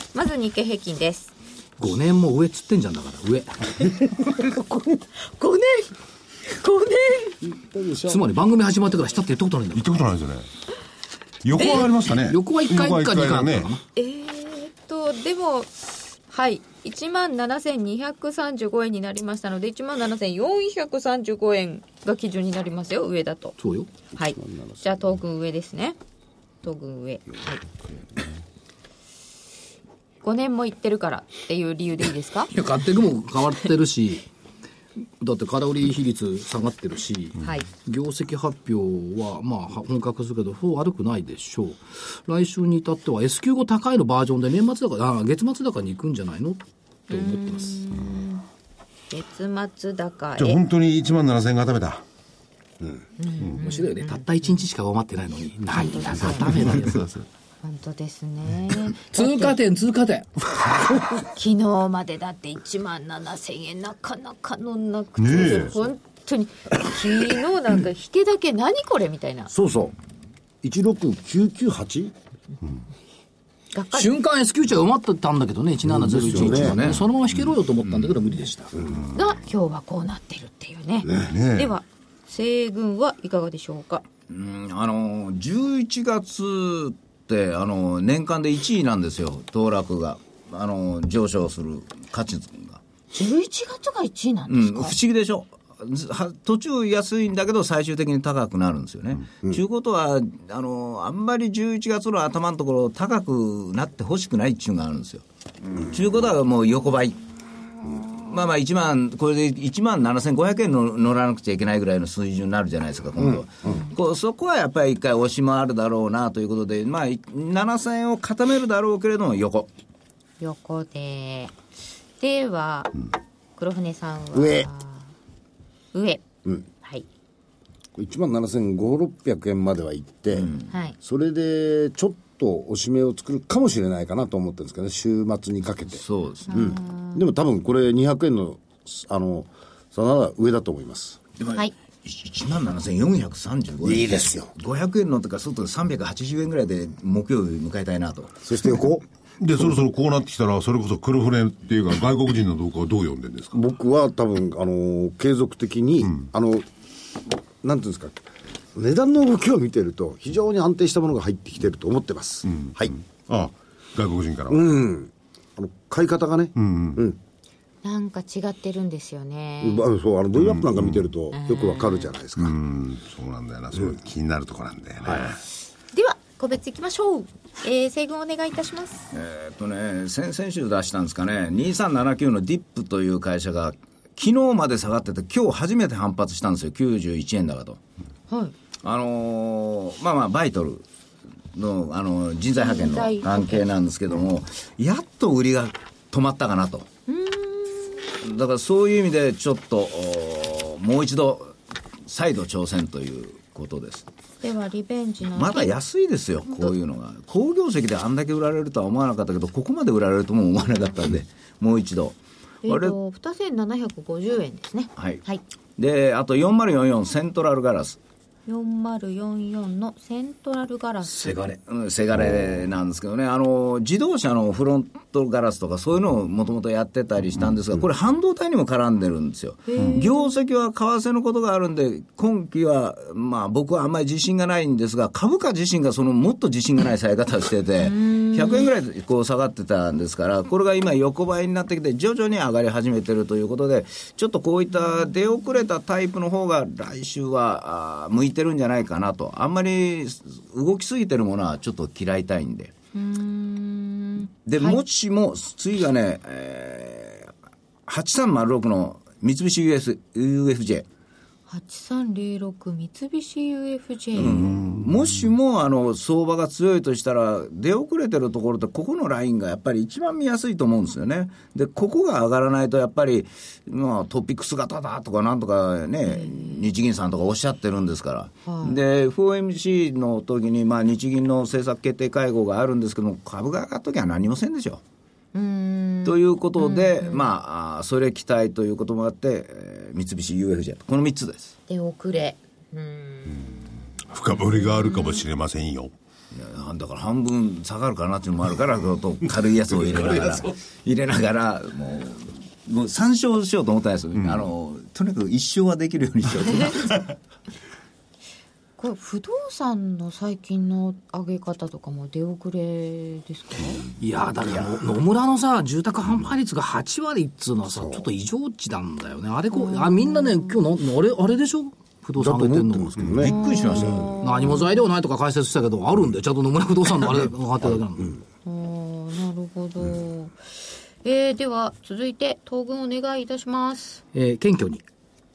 まず日経平均です。 ごねんも上つってんじゃんだから上ごねんごねんつまり番組始まってから下って言ったことないんだ。 言ったことないですよね。横はありましたね。 横はいっかいかにかいあったのかな。 えーっとでもはい、いちまんななせんにひゃくさんじゅうごえんになりましたので いちまんななせんよんひゃくさんじゅうごえんが基準になりますよ、上だと。 そうよ。 はい、じゃあ東軍上ですね。東軍上、はい、ごねんも行ってるからっていう理由でいいですか？ いや買っていくも変わってるしだって空売り比率下がってるし、 はい、 業績発表はまあ本格するけどそう悪くないでしょう。来週に至っては S q ご高いのバージョンで年末だからあ月末高に行くんじゃないのと思ってます。 月末高へ。 じゃあ本当にいちまんななせんがダメだ。 うん、うん、面白いよね。たったいちにちしか上回ってないのに何だかダメだよ。 本当ですね。 通過点通過点昨日までだっていちまんななせんえんなかなか乗んなくて、ね、本当に昨日なんか引けだけ何これみたいな。 そうそういちろくきゅうきゅうはち、うん、 瞬間 S q 値は埋まってたんだけどねいちななゼロいちいちはね、ねそのまま引けろよと思ったんだけど無理でした、 うん、が今日はこうなってるっていうね。ねでは西軍はいかがでしょうか？ うんあのじゅういちがつってあの年間でいちいなんですよ、騰落があの上昇する価値が。 じゅういちがつがいちいなんですか？ うん、不思議でしょ。途中安いんだけど最終的に高くなるんですよね。と、うん、いうことはあのあんまりじゅういちがつの頭のところ高くなってほしくないっていうのがあるんですよ。と、うん、いうことはもう横ばい、うん、まあまあいちまんこれでいちまんななせんごひゃくえんの乗らなくちゃいけないぐらいの水準になるじゃないですか今度、うんうん、こうそこはやっぱり一回押しもあるだろうなということで、まあななせんえんを固めるだろうけれども横横ででは、うん、黒船さんは上上、 うん、 はい、 いちまんななせんごひゃくろっぴゃくえんまでは行って、うんはい、それでちょっと押し目を作るかもしれないかなと思ってるんですけどね、週末にかけて。 そうですね、 うん、でも多分これにひゃくえんのあの差なら上だと思います。 はい、 いちまんななせんよんひゃくさんじゅうごえんいいですよ。 ごひゃくえんのとか外でさんびゃくはちじゅうえんぐらいで木曜日迎えたいなと。 そして横でそろそろこうなってきたらそれこそ黒船っていうか外国人の動向はどう読んでるんですか？ 僕は多分あの継続的に、うん、あのなんていうんですか、値段の動きを見てると非常に安定したものが入ってきてると思ってます、うん、はい、うん、 ああ外国人からはうんあの買い方がね、うんうんうん、 なんか違ってるんですよね、 うん、そうあの V アップなんか見てるとよくわかるじゃないですか、うん、 うんそうなんだよな、そう気になるところなんだよね、はい、 では個別いきましょう。えー、西軍お願いいたします。 えー、っとね先々週出したんですかね、にさんななきゅうのディップという会社が昨日まで下がってて今日初めて反発したんですよ。きゅうじゅういちえん高と、はい、あのー、まあまあバイトルの、あのー、人材派遣の関係なんですけども、やっと売りが止まったかなと。うーんだからそういう意味でちょっともう一度再度挑戦ということです。 ではリベンジのまだ安いですよこういうのが。好業績であんだけ売られるとは思わなかったけどここまで売られるとも思わなかったんでもう一度、 えー、とにせんななひゃくごじゅうえんですね。 はい、はい、であとよんまるよんよんセントラルガラスよんまるよんよんのセントラルガラスせがれ、うん、せがれなんですけどね、あの自動車のフロントガラスとかそういうのをもともとやってたりしたんですが、これ半導体にも絡んでるんですよ。業績は為替のことがあるんで今期はまあ僕はあんまり自信がないんですが、株価自身がそのもっと自信がない下げ方をしててひゃくえんぐらいこう下がってたんですから、これが今横ばいになってきて徐々に上がり始めてるということで、ちょっとこういった出遅れたタイプの方が来週はあ向いてるんじゃないかなと。あんまり動きすぎてるものはちょっと嫌いたいんで。うーんで、はい、もしも次がね、えー、はちさんまるろくの三菱 ユーエフジェーはちさんゼロろく三菱 ユーエフジェー、 うん、もしもあの相場が強いとしたら出遅れてるところってここのラインがやっぱり一番見やすいと思うんですよね。でここが上がらないとやっぱり、まあ、トピックス型だとかなんとかね日銀さんとかおっしゃってるんですから、はい、で エフオーエムシー の時に、まあ、日銀の政策決定会合があるんですけども株が上がった時は何もせんでしょうーんということで、うんうん、まあそれ期待ということもあって、えー、三菱 ユーエフジェー このみっつです。 出遅れ、うーん深掘りがあるかもしれませんよ。 いやだから半分下がるかなっていうのもあるからと軽いやつを入れながら入れながらもうもうさん勝しようと思ったんですよ、うん、あのとにかくいっ勝はできるようにしようと思ってこれ不動産の最近の上げ方とかも出遅れですか？ いやだから野村のさ住宅販売率がはちわりっつうのはさ、ちょっと異常値なんだよね。あれこうあみんなね今日のあれあれでしょ不動産上げてんの、 ね、びっくりしましたよ。 何も材料ないとか解説したけどあるんでちゃんと野村不動産のあれが上がってるだけなの、 うん、なるほど、うん、えー、では続いて東軍お願いいたします。 えー、謙虚に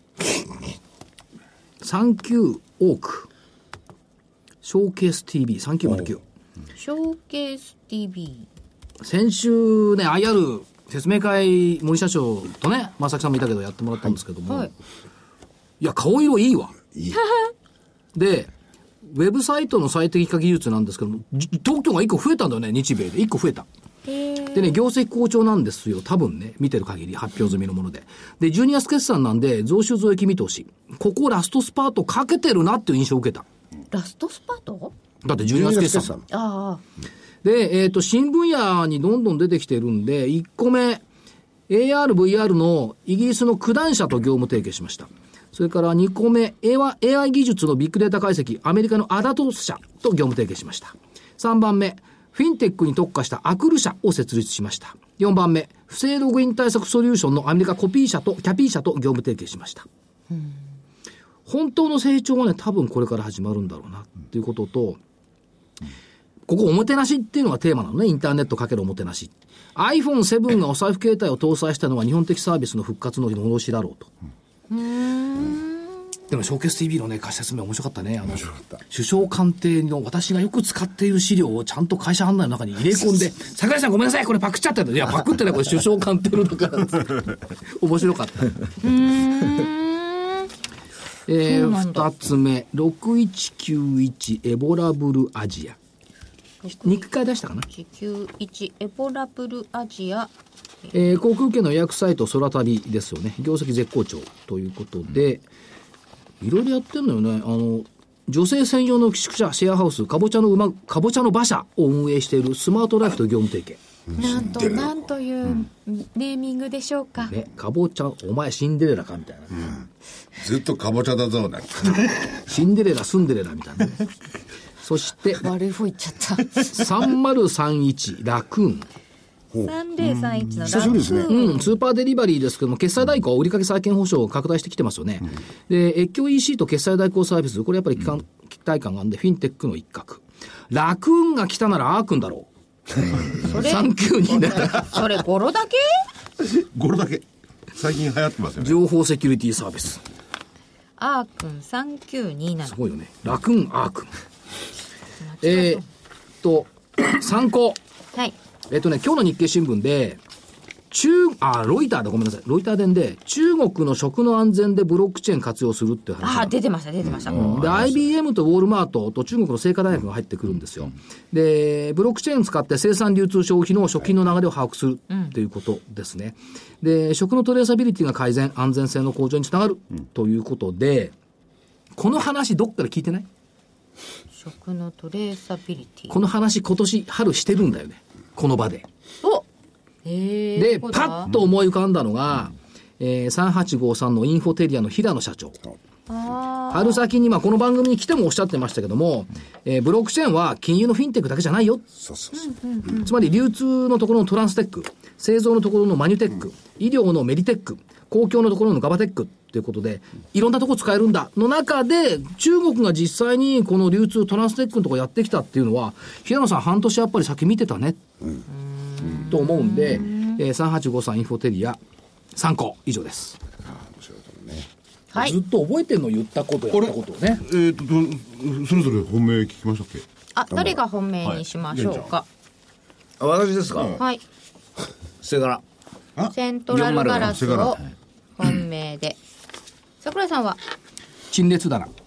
さんじゅうきゅうオークショーケース ティービーさんきゅうまるきゅうショーケース ティービー先週ね アイアール 説明会森社長とね正木さんもいたけどやってもらったんですけども、はい、いや顔色いいわいいでウェブサイトの最適化技術なんですけども特許がいっこ増えたんだよね。日米でいっこ増えたでね業績好調なんですよ多分ね見てる限り発表済みのものででじゅうにがつ決算なんで増収増益見通しここラストスパートかけてるなっていう印象を受けた。 ラストスパートだってじゅうにがつ決算ああで、えっと新分野にどんどん出てきてるんでいっこめ エーアール、ブイアール のイギリスの九段社と業務提携しました。それからにこめ エーアイ 技術のビッグデータ解析アメリカのアダトス社と業務提携しました。さんばんめフィンテックに特化したアクル社を設立しました。よんばんめ不正ログイン対策ソリューションのアメリカコピー社とキャピー社と業務提携しました。うん本当の成長はね多分これから始まるんだろうなっていうことと、ここおもてなしっていうのがテーマなのね。インターネットかけるおもてなし アイフォンセブン がお財布携帯を搭載したのは日本的サービスの復活の戻しだろうと。うーんでもショーケース ティービー のね会社説明面白かったね。あの面白かった首相官邸の私がよく使っている資料をちゃんと会社案内の中に入れ込んで桜井さんごめんなさいこれパクっちゃったいやパクってないこれ首相官邸のだから面白かったうーんえー、二つ目ろくいちきゅういちエボラブルアジア肉回出したかな。ろくいちきゅういちエボラブルアジア、えー、航空券の予約サイト空旅ですよね。業績絶好調ということで、いろいろやってんのよね。あの女性専用の宿舎シェアハウスかぼちゃの馬かぼちゃの馬車を運営しているスマートライフと業務提携。 なんとなんというネーミングでしょうか、 ね、かぼちゃお前シンデレラかみたいな、うん、 ずっとかぼちゃだぞねシンデレラスンデレラみたいな、ね、そして悪い方言っちゃったさんまるさんいちラクーンさんぜろさんいちのラクーン久しぶりですね、 うん、スーパーデリバリーですけども決済代行売掛再建保証を拡大してきてますよね、うん、で越境 イーシー と決済代行サービスこれやっぱり期間、うん、期待感があるんでフィンテックの一角ラクーンが来たならアークンだろうそれさんきゅうにだそれゴロだけゴロだけ最近流行ってますよね。 情報セキュリティサービスアークンさんきゅうにななすごいよねラクーンアークンえー、っと参考はいえー、っとね今日の日経新聞で中あロイターでごめんなさいロイター電で中国の食の安全でブロックチェーン活用するっていう話あ出てました出てました、うん、で アイビーエム とウォールマートと中国の清華大学が入ってくるんですよ。でブロックチェーンを使って生産流通消費の食品の流れを把握するっていうことですね。で食のトレーサビリティが改善安全性の向上につながるということでこの話どっかで聞いてない？ 食のトレーサビリティこの話今年春してるんだよねこの場で。 おへでパッと思い浮かんだのが、うんえー、さんはちごさんのインフォテリアの平野社長。あ春先に、まあ、この番組に来てもおっしゃってましたけども、えー、ブロックチェーンは金融のフィンテックだけじゃないよ。 そうそうそう、うんうん、つまり流通のところのトランステック製造のところのマニュテック、うん、医療のメディテック公共のところのガバテックということでいろんなところ使えるんだの中で中国が実際にこの流通トランステックのところやってきたっていうのは平野さん半年やっぱり先見てたね、うんと思うんで、えー、さんはちごさんインフォテリア参考以上です。あ面白いね、はい、ずっと覚えてんの言ったことやったことをね。 えー、とそれぞれ本命聞きましたっけ？ あ誰が本命にしましょうか。はい、あ私ですか、うん、 はいセガラセントラルガラスを本命で桜井さんは陳列棚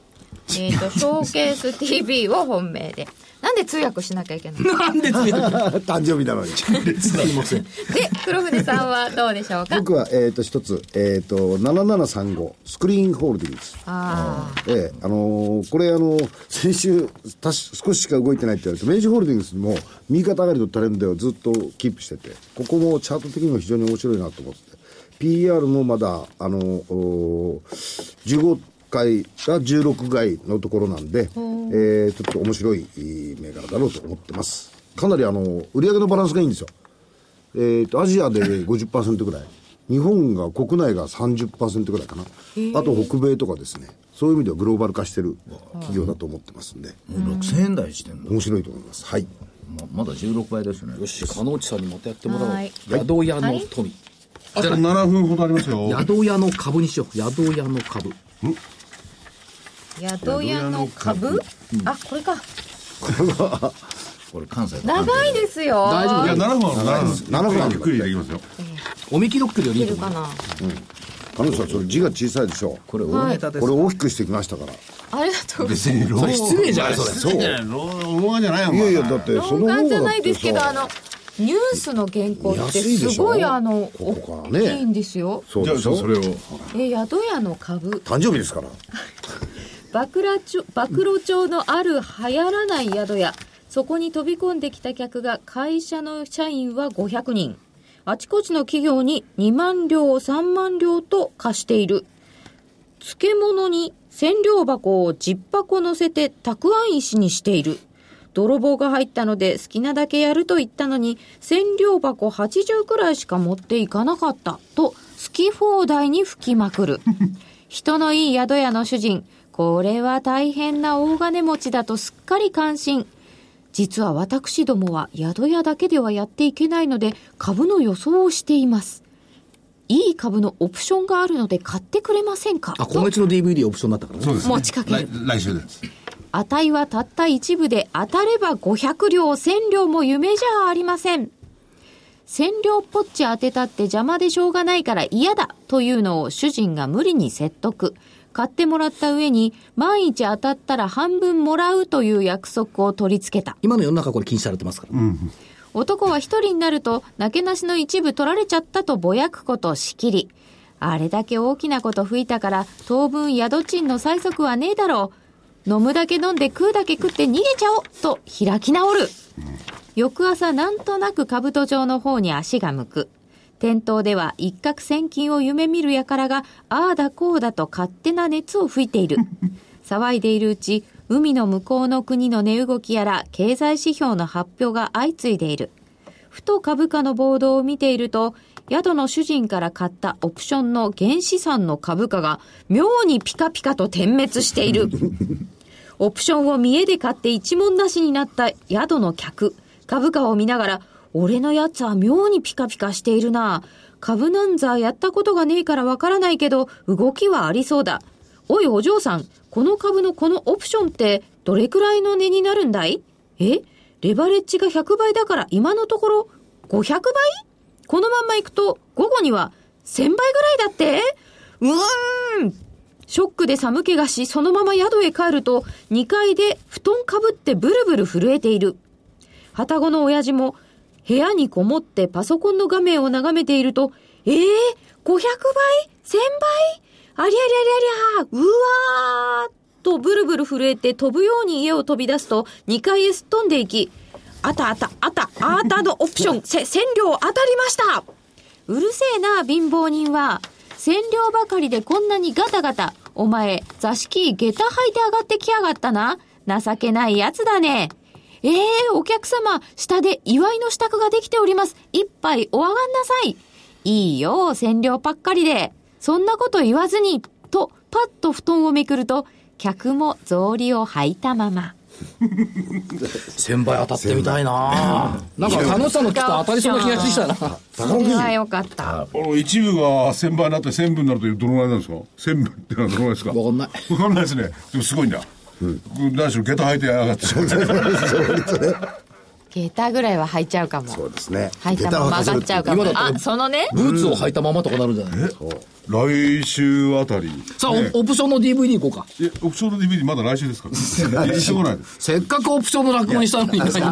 えっとショーケース ティービー を本命で、なんで通訳しなきゃいけないの？ なんで通訳誕生日なのに。 すいません。 で黒船さんはどうでしょうか？ 僕は、えっ、と、一つ、えっ、と、ななななさんご、スクリーンホールディングス。 ああ、 ええ、あのーこれ、あのー先週、たし少ししか動いてないって言われて、明治ホールディングスにも、右肩上がりのトレンドをずっとキープしてて、ここもチャート的にも非常に面白いなと思って、ピーイーアール もまだ、あのー、じゅうごかいがじゅうろくかいのところなんで、えー、ちょっと面白い銘柄だろうと思ってます。かなり、あのー、売上のバランスがいいんですよ。えーと、アジアで ごじゅっパーセント ぐらい。日本が、国内が さんじゅっパーセント ぐらいかな。あと北米とかですね。そういう意味ではグローバル化してる企業だと思ってますんで。 もうろくせんえん台してんだ。 面白いと思います。はい。 ままだじゅうろくばいですね。 よし、加納内さんにまたやってもらおう。 はい宿屋の富。 あとななふんほどありますよ。 宿屋の株にしよう。宿屋の株。 宿屋の株、あ、これか。 これ関西だ。 長いですよ。 大丈夫いや、ななふんある、ななふん。 ななふんあるゆっくりできますよ。 おみきロックでよりいいと思う。 いるかな。 あのさん、それ字が小さいでしょ。 これ大ネタです。 これ大きくしてきましたから。 ありがとうございます。 別にロー失礼じゃないそれ。 そうじゃない、ローローじゃないよ、お前いやいや、だってそロンの方がだってガンじゃないですけど、あさのニュースの原稿って安いでしょすごいあのここからね大きいんですよ。 じゃあそうでしょ。 それを。 え、宿屋の株。 誕生日ですから。 暴露町暴露町のある流行らない宿屋、そこに飛び込んできた客が会社の社員はごひゃくにん、あちこちの企業ににまんりょうさんまんりょうと貸している。漬物に千両箱をじゅっぱこ乗せてたくあん石にしている。泥棒が入ったので好きなだけやると言ったのに千両箱はちじゅうくらいしか持っていかなかったと好き放題に吹きまくる。人のいい宿屋の主人、これは大変な大金持ちだとすっかり感心。実は私どもは宿屋だけではやっていけないので株の予想をしています。いい株のオプションがあるので買ってくれませんか。 あ、今月の ディーブイディー オプションだったからね。 そうですね。 持ちかける来来週です。 値はたった一部で当たればごひゃくりょう、せんりょうも夢じゃありません。せんりょうぽっち当てたって邪魔でしょうがないから嫌だというのを主人が無理に説得。買ってもらった上に万一当たったら半分もらうという約束を取り付けた。 今の世の中これ禁止されてますから、ね。 男は一人になるとなけなしの一部取られちゃったとぼやくことしきり。あれだけ大きなこと吹いたから当分宿賃の催促はねえだろう。飲むだけ飲んで食うだけ食って逃げちゃおうと開き直る。翌朝なんとなく兜町の方に足が向く。店頭では一攫千金を夢見る輩がああだこうだと勝手な熱を吹いている。騒いでいるうち海の向こうの国の値動きやら経済指標の発表が相次いでいる。ふと株価のボードを見ていると宿の主人から買ったオプションの原資産の株価が妙にピカピカと点滅している。オプションを見栄で買って一文なしになった宿の客、株価を見ながら俺のやつは妙にピカピカしているな。株なんざやったことがねえからわからないけど動きはありそうだ。おいお嬢さん、この株のこのオプションってどれくらいの値になるんだい？え？レバレッジがひゃくばいだから今のところごひゃくばい？このまんま行くと午後にはせんばいぐらいだって？うーん。ショックで寒気がし、そのまま宿へ帰るとにかいで布団かぶってブルブル震えている。旅籠の親父も部屋にこもってパソコンの画面を眺めていると、えー、ごひゃくばい？ せんばい？ありゃりゃりゃりゃ、うわーとブルブル震えて飛ぶように家を飛び出すとにかいへすっ飛んでいき、あたあたあたあたのオプションせ千両当たりました。うるせえな貧乏人は。千両ばかりでこんなにガタガタ。お前座敷下駄履いて上がってきやがったな。情けないやつだね。えー、お客様、下で祝いの支度ができております。一杯お上がんなさい。いいよ、千両ばっかりで。そんなこと言わずに。と、パッと布団をめくると、客も草履を履いたまま。 千倍当たってみたいな。なんか楽しさのきっと当たりそうな気がしたな。 それはよかった。 あの一部が千倍になって千分になるというどのぐらいなんですか？千分ってのはどのぐらいですか？ わかんない。 わかんないですね。でもすごいんだ。うん、何しろ下駄履いて上がってしまう。 下下駄ぐらいは履いちゃうかも。 そうですね。 履いたまま上がっちゃうかも。あ、そのね。 ブーツを履いたままとかなるんじゃない、 来週あたり。 さあ、ね、オプションの ディーブイディー 行こうか。 え、オプションの ディーブイディー まだ来週ですから。来週もないです。 せっかくオプションの落語にしたのに。 そういう、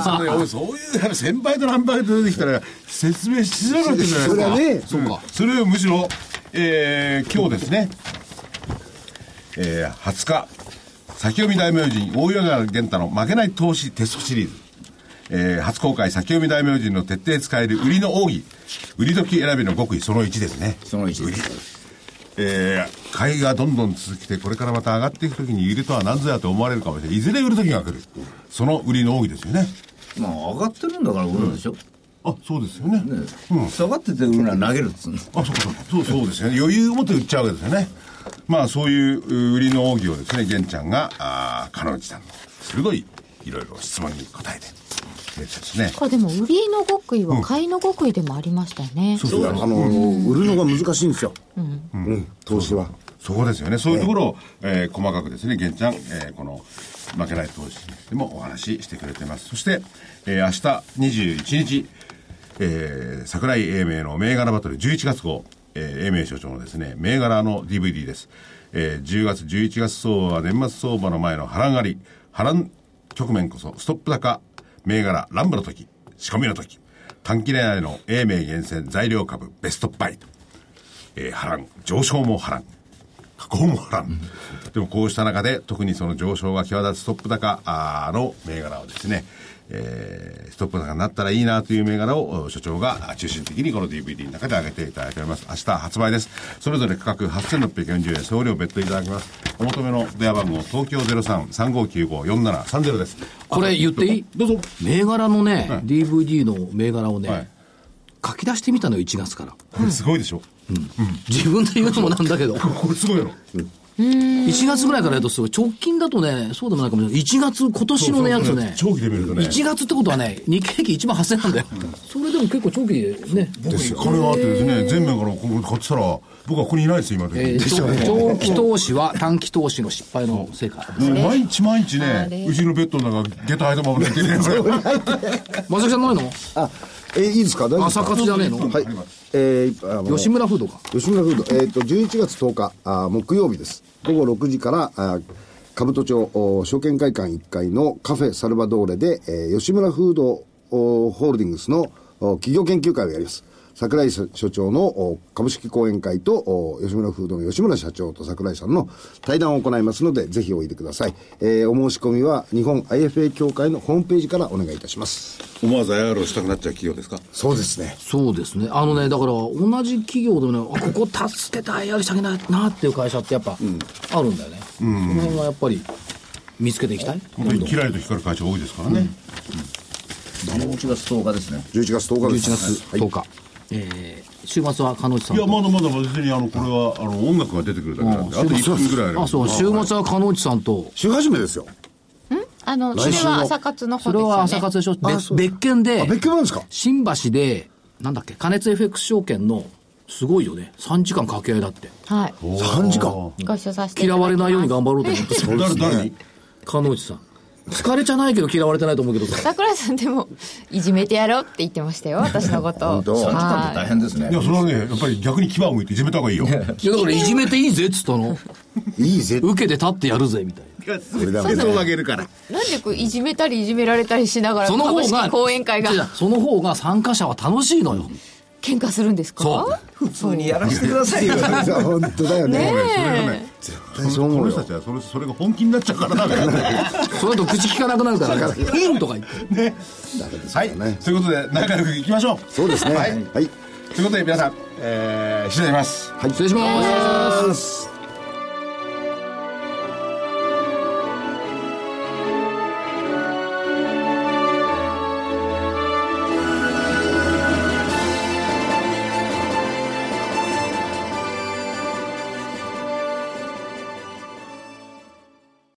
先輩と何倍と出てきたら、説明しづらかったじゃないですか。 それはね、 そうか。それをむしろ、えー、今日ですね、えー、はつか、先読み大名人、大岩川源太の負けない投資テストシリーズ。えー、初公開先読み大名人の徹底使える売りの奥義、売り時選びの極意そのいちですね。 そのいち。 えー、買いがどんどん続きて、これからまた上がっていくときに売りとは何ぞやと思われるかもしれない。いずれ売るときが来る。その売りの奥義ですよね。 まあ上がってるんだから売るんでしょ、うん、 あ、そうですよね。ね、 うん、下がってて売るのは投げるっつうの。 あ、そうかそう、そうですよね。余裕を持って売っちゃうわけですよね。まあそういう売りの奥義をですね、玄ちゃんが、あ、鹿野内さんの鋭いいろいろ質問に答えて。ですね、 これでも売りの極意は買いの極意でもありましたよね。 うん、そうです。あの、うん、売るのが難しいんですよ。うん。うん、投資は。 そこですよね。そういうところを、えー、細かくですね、玄ちゃん、えー、この負けない投資でもお話ししてくれてます。そして、えー、明日にじゅういちにち、えー、桜井英明の銘柄バトルじゅういちがつ号、えー、英明所長のですね、銘柄の ディーブイディー です。えー、じゅうがつ、じゅういちがつ相場は年末相場の前の波乱狩り、波乱局面こそストップ高、銘柄乱舞の時、仕込みの時、短期狙いの英明厳選材料株ベストバイと、えー、波乱、上昇も波乱、下降も波乱、うん、でもこうした中で特にその上昇が際立つストップ高の銘柄をですね、えー、ストップ高になったらいいなという銘柄を所長が中心的にこの ディーブイディー の中で上げていただいております。明日発売です。それぞれ価格はっせんろっぴゃくよんじゅうえん、送料別途いただきます。お求めの電話番号東京 ゼロさん さんごきゅうご よんななさんゼロ です。 これ言っていい？ どうぞ。 銘柄のね、はい、ディーブイディー の銘柄をね、はい、書き出してみたのよ、いちがつから。 これすごいでしょ、うんうん、 自分で言うのもなんだけどこれすごいの、うんいちがつぐらいからやるとすごい。直近だとね、そうでもないかもしれない。いちがつ、今年のね、やつね。 長期で見るとね。 いちがつってことはね、日経平均いちまんはっせんなんだよ。うん、それでも結構長期でね。 ですよ。金があってですね、全面からここ買ってたら、僕はここにいないですよ、今で。 えー、長期投資は短期投資の失敗の成果。 もう毎日毎日ね、うちのベッドの中、下駄履いたまま寝てる。 まさきさんないの？ あ、えー、いいですか？大丈夫ですか？ 朝活じゃねえの？ はい。えー、あの吉村フードか。 吉村フード。えっ、ー、と、じゅういちがつとおか、あ木曜日です。ごごろくじからあ兜町証券会館いっかいのカフェサルバドーレで、えー、吉村フードホールディングスの企業研究会をやります。櫻井所長の株式講演会と吉村フードの吉村社長と櫻井さんの対談を行いますので、ぜひおいでください。えー、お申し込みは日本 アイエフエー 協会のホームページからお願いいたします。 思わず アイアール をしたくなっちゃう企業ですか？ そうですね。 そうですね。あのね、だから同じ企業でもね、あ、ここ助けて アイアール したくないなっていう会社ってやっぱ、うん、あるんだよね。うん、その辺はやっぱり見つけていきたい。 本当にキラリと光る会社多いですからね。うんうん、 じゅういちがつとおかですね。 じゅういちがつとおかです。 じゅういちがつとおか。はい、えー週末は鹿野内さん。 いや、まだまだ別にあのこれはあの音楽が出てくるだけなんで、あといっぷんぐらいあれば。 あ、そう、週末は鹿野内さんと週始めですよ。んあのそれは朝活の方ですよね。 それは朝活でしょ。別件で、 あ、別件なんですか？ 新橋でなんだっけ、加熱 エフエックス 証券のすごいよね、さんじかん掛け合いだって。 はい。 さんじかんご一緒させて嫌われないように頑張ろうと思って。 誰誰に？ 鹿野内さん。疲れじゃないけど嫌われてないと思うけどさ。 桜井さんでもいじめてやろうって言ってましたよ、私のこと。 本当。さんじかんって大変ですね。 いや、それはね、やっぱり逆に牙を向いていじめた方がいいよ。いや、だからいじめていいぜっつったの。 いいぜ。 受けて立ってやるぜみたいな。 それだけをあげるから。 なんでこういじめたりいじめられたりしながら株式講演会が。 その方が参加者は楽しいのよ。 喧嘩するんですか？ そう普通にやらせてくださいよ。 本当だよね。 ねえ、 それがね、絶対そう思うよ。この人たちはそれ、それが本気になっちゃうからだからね。 その後口聞かなくなるからヒンとか言ってね。はい。ということで仲良くいきましょう。 そうですね。はい。はい。 ということで皆さん、えー、失礼します。 はい。失礼します。